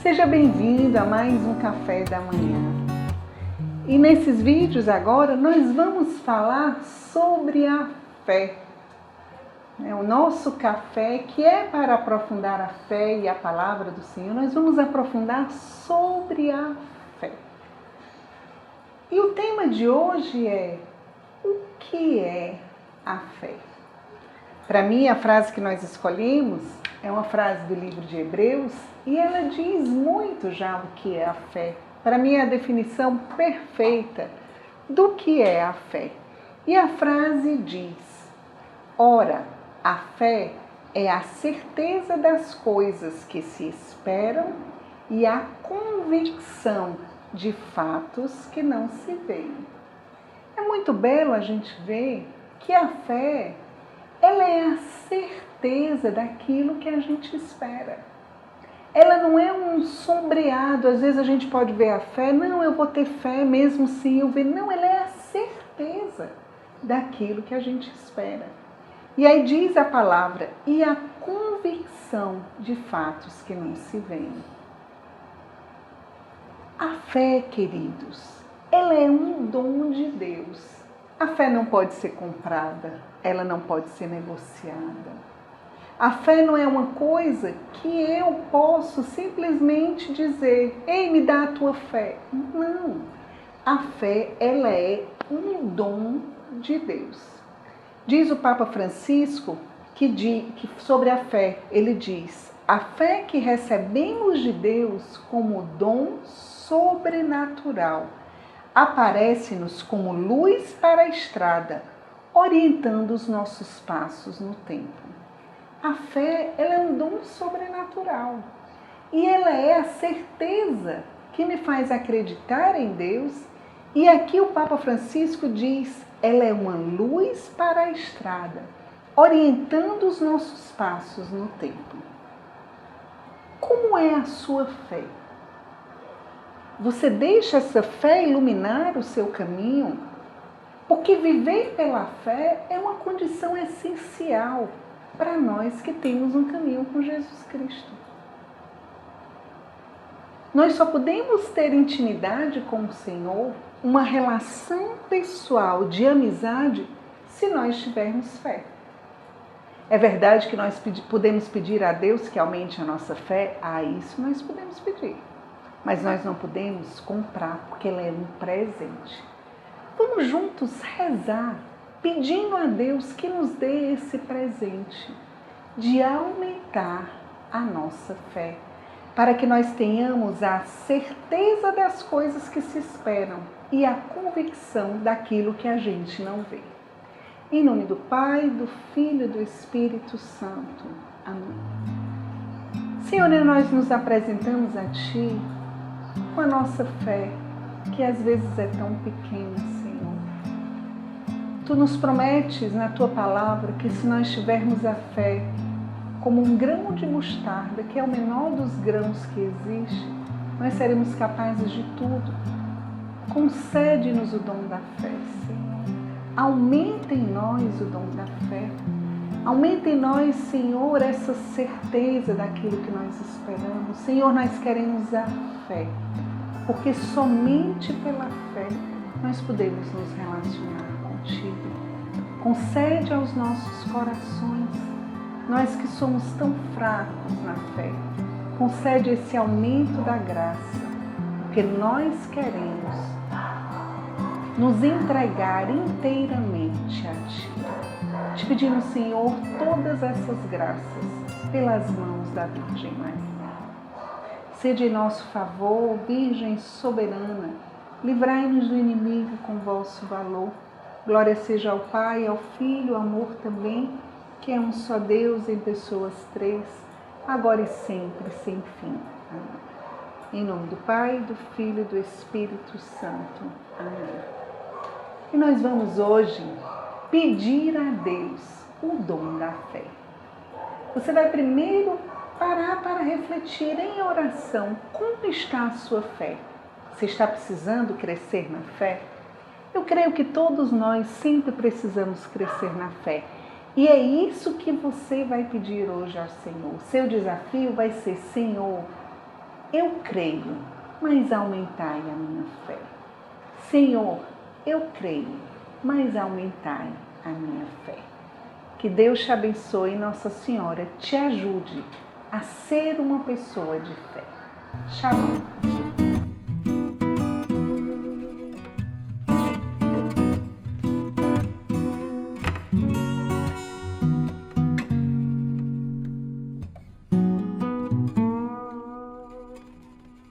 Seja bem-vindo a mais um Café da Manhã. E nesses vídeos agora nós vamos falar sobre a fé. O nosso café, que é para aprofundar a fé e a palavra do Senhor, nós vamos aprofundar sobre a fé. E o tema de hoje é: o que é a fé? Para mim, a frase que nós escolhemos é uma frase do livro de Hebreus e ela diz muito já o que é a fé. Para mim, é a definição perfeita do que é a fé. E a frase diz: ora, a fé é a certeza das coisas que se esperam e a convicção de fatos que não se veem. É muito belo a gente ver que a fé, ela é a certeza daquilo que a gente espera. Ela não é um sombreado. Às vezes a gente pode ver a fé, não, eu vou ter fé mesmo sem eu ver. Não, ela é a certeza daquilo que a gente espera. E aí diz a palavra, e a convicção de fatos que não se veem. A fé, queridos, ela é um dom de Deus. A fé não pode ser comprada, ela não pode ser negociada. A fé não é uma coisa que eu posso simplesmente dizer, ei, me dá a tua fé. Não. A fé, ela é um dom de Deus. Diz o Papa Francisco que sobre a fé, ele diz, a fé que recebemos de Deus como dom sobrenatural aparece-nos como luz para a estrada, orientando os nossos passos no tempo. A fé, ela é um dom sobrenatural e ela é a certeza que me faz acreditar em Deus. E aqui o Papa Francisco diz, ela é uma luz para a estrada, orientando os nossos passos no tempo. Como é a sua fé? Você deixa essa fé iluminar o seu caminho? Porque viver pela fé é uma condição essencial para nós que temos um caminho com Jesus Cristo. Nós só podemos ter intimidade com o Senhor, uma relação pessoal de amizade, se nós tivermos fé. É verdade que nós podemos pedir a Deus que aumente a nossa fé? Isso nós podemos pedir. Mas nós não podemos comprar, porque ela é um presente. Vamos juntos rezar, pedindo a Deus que nos dê esse presente de aumentar a nossa fé, para que nós tenhamos a certeza das coisas que se esperam e a convicção daquilo que a gente não vê. Em nome do Pai, do Filho e do Espírito Santo. Amém. Senhor, nós nos apresentamos a Ti com a nossa fé, que às vezes é tão pequena, Senhor. Tu nos prometes na Tua palavra que se nós tivermos a fé como um grão de mostarda, que é o menor dos grãos que existe, nós seremos capazes de tudo. Concede-nos o dom da fé, Senhor. Aumenta em nós o dom da fé. Aumenta em nós, Senhor, essa certeza daquilo que nós esperamos. Senhor, nós queremos a fé, porque somente pela fé nós podemos nos relacionar contigo. Concede aos nossos corações, nós que somos tão fracos na fé, concede esse aumento da graça, porque nós queremos nos entregar inteiramente a Ti. Te pedimos, Senhor, todas essas graças pelas mãos da Virgem Maria. Sede em nosso favor, Virgem soberana, livrai-nos do inimigo com vosso valor. Glória seja ao Pai, ao Filho, ao amor também, que é um só Deus em pessoas três, agora e sempre, sem fim. Amém. Em nome do Pai, do Filho e do Espírito Santo. Amém. E nós vamos hoje pedir a Deus o dom da fé. Você vai primeiro parar para refletir em oração como está a sua fé. Você está precisando crescer na fé? Eu creio que todos nós sempre precisamos crescer na fé. E é isso que você vai pedir hoje ao Senhor. Seu desafio vai ser: Senhor, eu creio, mas aumentai a minha fé. Senhor, eu creio, mas aumentai a minha fé. Que Deus te abençoe e Nossa Senhora te ajude a ser uma pessoa de fé. Shalom.